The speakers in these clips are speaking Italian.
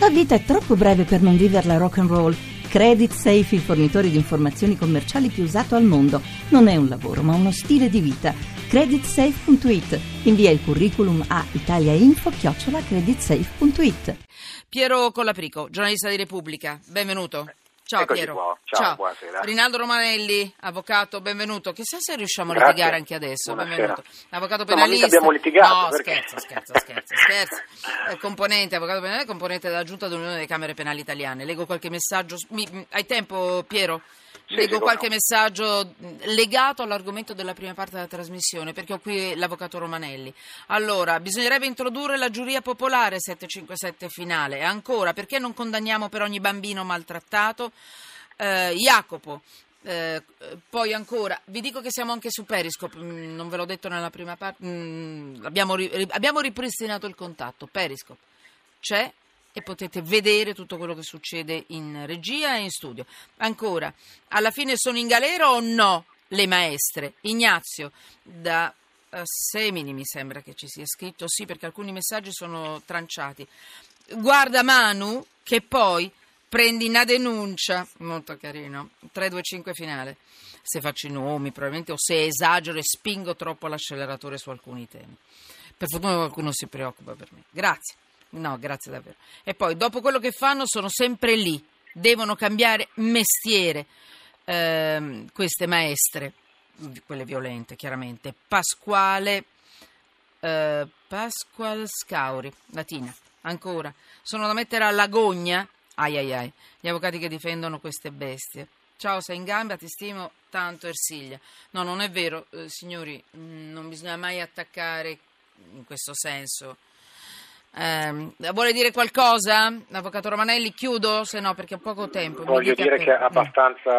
La vita è troppo breve per non viverla rock and roll. Credit Safe, il fornitore di informazioni commerciali più usato al mondo. Non è un lavoro, ma uno stile di vita. Creditsafe.it. Invia il curriculum a italiainfo@creditsafe.it. Piero Collaprico, giornalista di Repubblica, benvenuto. Ciao. Eccoci Piero. qua. Ciao, buonasera. Rinaldo Romanelli, avvocato, benvenuto. Chissà se riusciamo a Grazie. litigare anche adesso. Buonasera. Benvenuto. Avvocato No, ma penalista. mica abbiamo litigato. No, perché... scherzo. Componente, avvocato penale, componente della Giunta dell'Unione delle Camere Penali Italiane. Leggo qualche messaggio. Hai tempo, Piero? Leggo qualche messaggio legato all'argomento della prima parte della trasmissione, perché ho qui l'avvocato Romanelli. Allora, bisognerebbe introdurre la giuria popolare 757 finale. Ancora, perché non condanniamo per ogni bambino maltrattato? Jacopo. Poi ancora, vi dico che siamo anche su Periscope, non ve l'ho detto nella prima parte, abbiamo ripristinato il contatto. Periscope c'è e potete vedere tutto quello che succede in regia e in studio. Ancora, alla fine sono in galera o no le maestre? Ignazio da Semini, mi sembra che ci sia scritto, sì, perché alcuni messaggi sono tranciati. Guarda Manu che poi prendi una denuncia, molto carino, 325 finale, se faccio i nomi probabilmente, o se esagero e spingo troppo l'acceleratore su alcuni temi. Per fortuna qualcuno si preoccupa per me, grazie. No, grazie davvero. E poi, dopo quello che fanno, sono sempre lì. Devono cambiare mestiere. Queste maestre, quelle violente, chiaramente. Pasqual Scauri, Latina. Ancora. Sono da mettere alla gogna. Ai. Gli avvocati che difendono queste bestie. Ciao, sei in gamba, ti stimo tanto, Ersilia. No, non è vero, signori, non bisogna mai attaccare in questo senso. Vuole dire qualcosa? Avvocato Romanelli, chiudo? Se no, perché ho poco tempo. Voglio dire che è abbastanza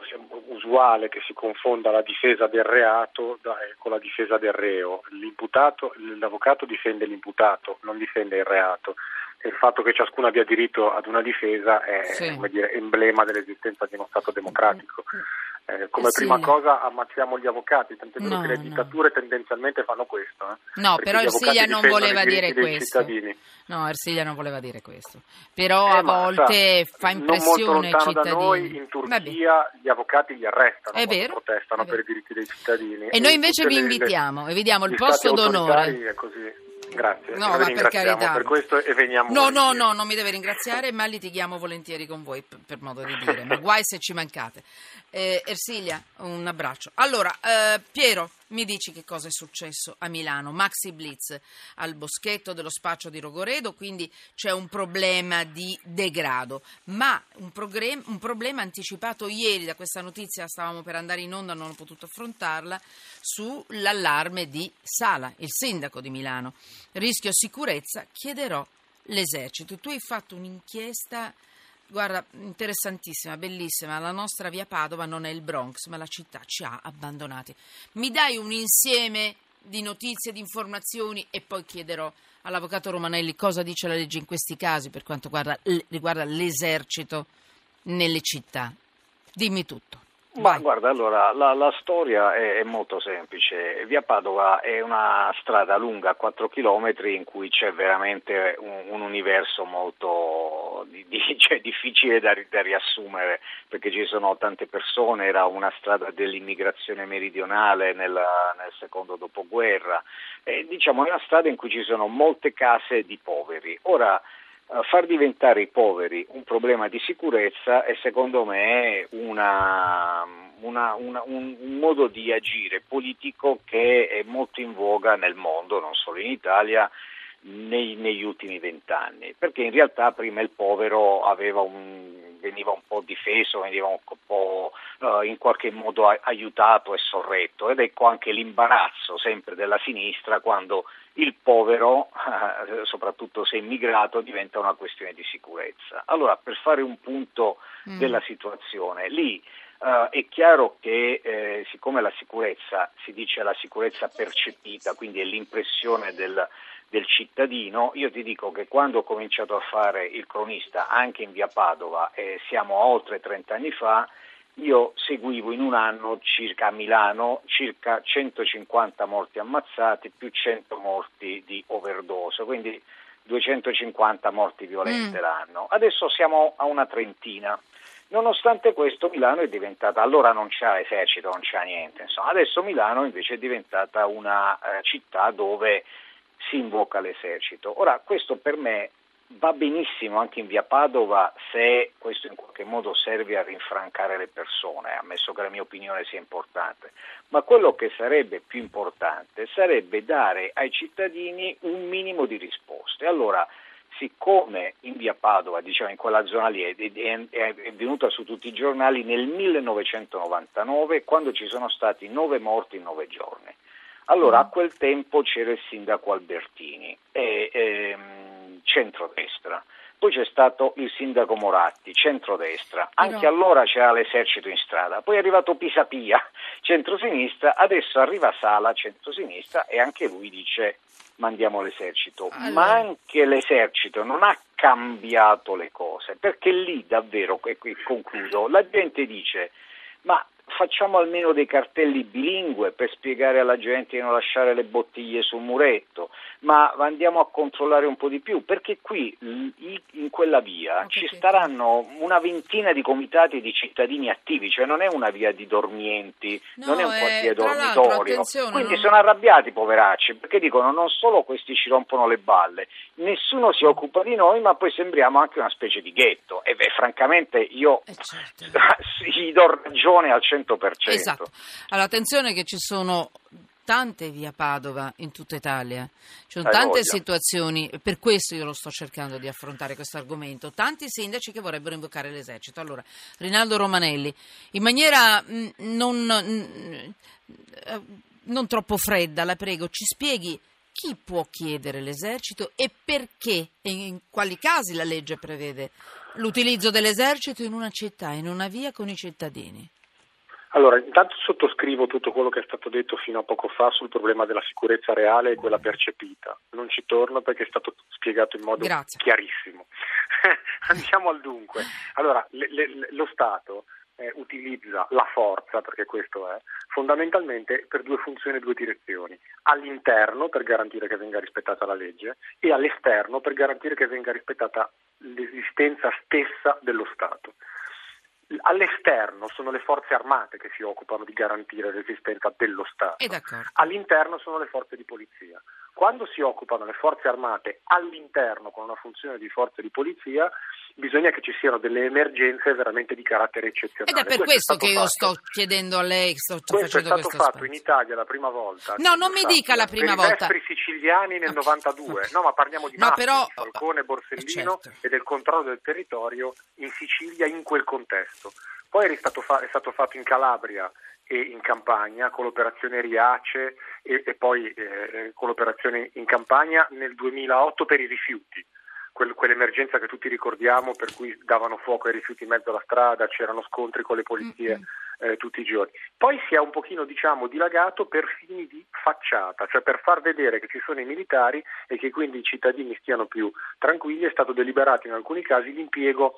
usuale che si confonda la difesa del reato con la difesa del reo. L'avvocato difende l'imputato, non difende il reato. E il fatto che ciascuno abbia diritto ad una difesa è emblema dell'esistenza di uno Stato democratico. Come prima cosa ammazziamo gli avvocati, tant'è vero che le dittature tendenzialmente fanno questo. No, però Ersilia non voleva dire questo. No, Ersilia non voleva dire questo. Però a volte fa impressione ai cittadini. Da noi, in Turchia, gli avvocati li arrestano quando protestano per i diritti dei cittadini. E noi invece vi invitiamo e vi diamo il posto d'onore. È così. Grazie, no, ma per carità. Per questo e veniamo. No, non mi deve ringraziare, ma litighiamo volentieri con voi, per modo di dire. Ma guai se ci mancate. Ersilia, un abbraccio. Allora, Piero, mi dici che cosa è successo a Milano? Maxi Blitz al boschetto dello spaccio di Rogoredo, quindi c'è un problema di degrado, ma un problema anticipato ieri da questa notizia, stavamo per andare in onda, non ho potuto affrontarla, sull'allarme di Sala, il sindaco di Milano. Rischio sicurezza, chiederò l'esercito. Tu hai fatto un'inchiesta, guarda, interessantissima, bellissima. La nostra via Padova non è il Bronx, ma la città ci ha abbandonati. Mi dai un insieme di notizie, di informazioni e poi chiederò all'avvocato Romanelli cosa dice la legge in questi casi per quanto riguarda l'esercito nelle città. Dimmi tutto. Ma guarda, allora la storia è molto semplice. Via Padova è una strada lunga 4 chilometri in cui c'è veramente un universo molto difficile da riassumere, perché ci sono tante persone. Era una strada dell'immigrazione meridionale nel secondo dopoguerra, diciamo è una strada in cui ci sono molte case di poveri. Ora, far diventare i poveri un problema di sicurezza è secondo me un modo di agire politico che è molto in voga nel mondo, non solo in Italia, negli ultimi 20 anni, perché in realtà prima il povero veniva un po' difeso, veniva un po' in qualche modo aiutato e sorretto, ed ecco anche l'imbarazzo sempre della sinistra quando il povero, soprattutto se immigrato, diventa una questione di sicurezza. Allora, per fare un punto della situazione, lì è chiaro che siccome la sicurezza, si dice la sicurezza percepita, quindi è l'impressione del cittadino, io ti dico che quando ho cominciato a fare il cronista anche in via Padova, siamo a oltre 30 anni fa, io seguivo in un anno circa a Milano circa 150 morti ammazzati più 100 morti di overdose, quindi 250 morti violente l'anno. Adesso siamo a una trentina. Nonostante questo Milano è diventata, allora non c'era esercito, non c'era niente, insomma. Adesso Milano invece è diventata una città dove si invoca l'esercito. Ora, questo per me va benissimo anche in via Padova se questo in qualche modo serve a rinfrancare le persone, ammesso che la mia opinione sia importante, ma quello che sarebbe più importante sarebbe dare ai cittadini un minimo di risposte. Allora, siccome in via Padova, diciamo in quella zona lì, è venuta su tutti i giornali nel 1999, quando ci sono stati 9 morti in 9 giorni. Allora, a quel tempo c'era il sindaco Albertini, centrodestra. Poi c'è stato il sindaco Moratti, centrodestra. Anche allora c'era l'esercito in strada. Poi è arrivato Pisapia, centrosinistra. Adesso arriva Sala, centrosinistra, e anche lui dice mandiamo l'esercito. Ma anche l'esercito non ha cambiato le cose, perché lì davvero, e qui concludo, la gente dice ma facciamo almeno dei cartelli bilingue per spiegare alla gente di non lasciare le bottiglie sul muretto, ma andiamo a controllare un po' di più, perché qui in quella via ci staranno una ventina di comitati di cittadini attivi, cioè non è una via di dormienti, non è un quartiere dormitorio, quindi sono arrabbiati i poveracci, perché dicono non solo questi ci rompono le balle, nessuno si occupa di noi, ma poi sembriamo anche una specie di ghetto, e francamente io gli do ragione al 100%. Esatto. Allora, attenzione che ci sono tante via Padova in tutta Italia, ci sono tante situazioni, per questo io lo sto cercando di affrontare questo argomento, tanti sindaci che vorrebbero invocare l'esercito. Allora, Rinaldo Romanelli, in maniera non troppo fredda, la prego, ci spieghi chi può chiedere l'esercito e perché e in quali casi la legge prevede l'utilizzo dell'esercito in una città, in una via con i cittadini. Allora, intanto sottoscrivo tutto quello che è stato detto fino a poco fa sul problema della sicurezza reale e quella percepita. Non ci torno perché è stato spiegato in modo chiarissimo. Andiamo al dunque. Allora, lo Stato utilizza la forza, perché questo è, fondamentalmente per 2 funzioni e 2 direzioni. All'interno per garantire che venga rispettata la legge e all'esterno per garantire che venga rispettata l'esistenza stessa dello Stato. All'esterno sono le forze armate che si occupano di garantire l'esistenza dello Stato, all'interno sono le forze di polizia. Quando si occupano le forze armate all'interno con una funzione di forze di polizia, bisogna che ci siano delle emergenze veramente di carattere eccezionale. Ed è per questo che io sto chiedendo a lei, questo è stato fatto in Italia la prima volta. No, non mi dica la prima volta. Per i vespri siciliani nel 92. No, ma parliamo di mafia, Falcone, Borsellino e del controllo del territorio in Sicilia in quel contesto. Poi è stato fatto in Calabria e in Campania con l'operazione Riace e poi con l'operazione in Campania nel 2008 per i rifiuti. Quell'emergenza che tutti ricordiamo, per cui davano fuoco ai rifiuti in mezzo alla strada, c'erano scontri con le polizie tutti i giorni. Poi si è un pochino, dilagato per fini di facciata, cioè per far vedere che ci sono i militari e che quindi i cittadini stiano più tranquilli. È stato deliberato in alcuni casi l'impiego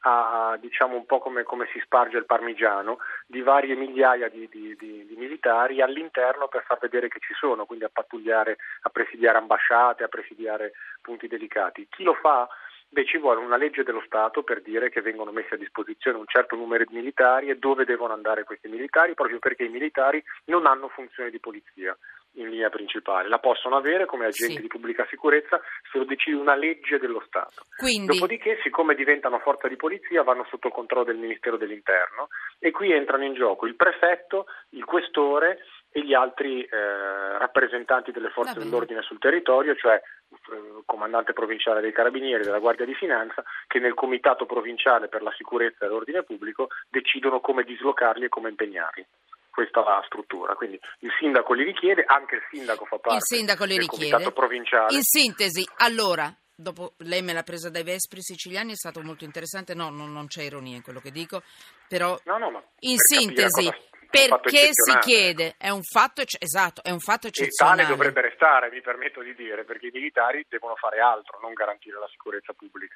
un po' come si sparge il parmigiano, di varie migliaia di militari all'interno per far vedere che ci sono, quindi a pattugliare, a presidiare ambasciate, a presidiare punti delicati. Chi lo fa? Ci vuole una legge dello Stato per dire che vengono messi a disposizione un certo numero di militari e dove devono andare questi militari, proprio perché i militari non hanno funzione di polizia in linea principale, la possono avere come agenti di pubblica sicurezza se lo decide una legge dello Stato. Dopodiché, siccome diventano forza di polizia, vanno sotto il controllo del Ministero dell'Interno e qui entrano in gioco il prefetto, il questore e gli altri rappresentanti delle forze dell'ordine sul territorio, cioè il comandante provinciale dei Carabinieri, della Guardia di Finanza, che nel comitato provinciale per la sicurezza e l'ordine pubblico decidono come dislocarli e come impegnarli. Questa è la struttura, quindi il sindaco li richiede, anche il sindaco fa parte del comitato provinciale. In sintesi, allora, dopo lei me l'ha presa dai vespri siciliani, è stato molto interessante, non c'è ironia in quello che dico, però in sintesi, perché si chiede? È un fatto eccezionale. E tale dovrebbe restare, mi permetto di dire, perché i militari devono fare altro, non garantire la sicurezza pubblica.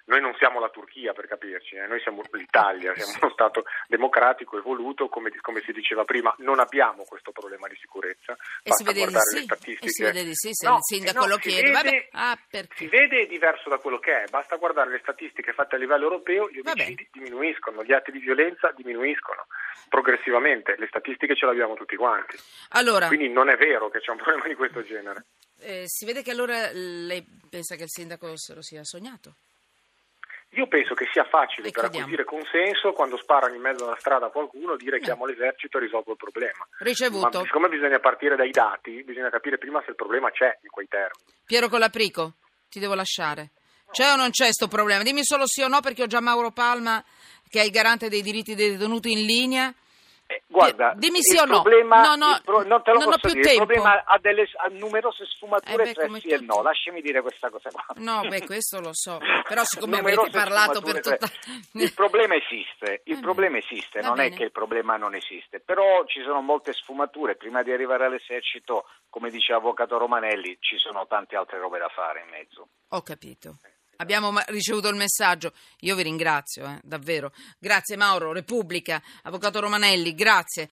Noi non siamo la Turchia, per capirci, noi siamo l'Italia, siamo uno Stato democratico, evoluto, come si diceva prima, non abbiamo questo problema di sicurezza. E si vede di sì, se il sindaco lo chiede. Si vede è diverso da quello che è, basta guardare le statistiche fatte a livello europeo, gli omicidi diminuiscono, gli atti di violenza diminuiscono progressivamente, le statistiche ce le abbiamo tutti quanti. Allora, quindi non è vero che c'è un problema di questo genere. Si vede che allora lei pensa che il sindaco se lo sia sognato? Io penso che sia facile per acquisire consenso quando sparano in mezzo alla strada a qualcuno dire chiamo l'esercito e risolvo il problema. Ricevuto. Ma siccome bisogna partire dai dati, bisogna capire prima se il problema c'è in quei termini. Piero Collaprico, ti devo lasciare. C'è o non c'è sto problema? Dimmi solo sì o no, perché ho già Mauro Palma, che è il garante dei diritti dei detenuti, in linea. Guarda, dimmi sì o no. Non te lo non ho posso più dire. tempo. Il problema ha numerose sfumature tra sì e no. Lasciami dire questa cosa qua. No, questo lo so. Però siccome avete parlato per tutta... Il problema esiste, non bene. è che il problema non esiste. Però ci sono molte sfumature. Prima di arrivare all'esercito, come dice l'avvocato Romanelli, ci sono tante altre robe da fare in mezzo. Ho capito. Abbiamo ricevuto il messaggio, io vi ringrazio, davvero. Grazie Mauro, Repubblica, avvocato Romanelli, grazie.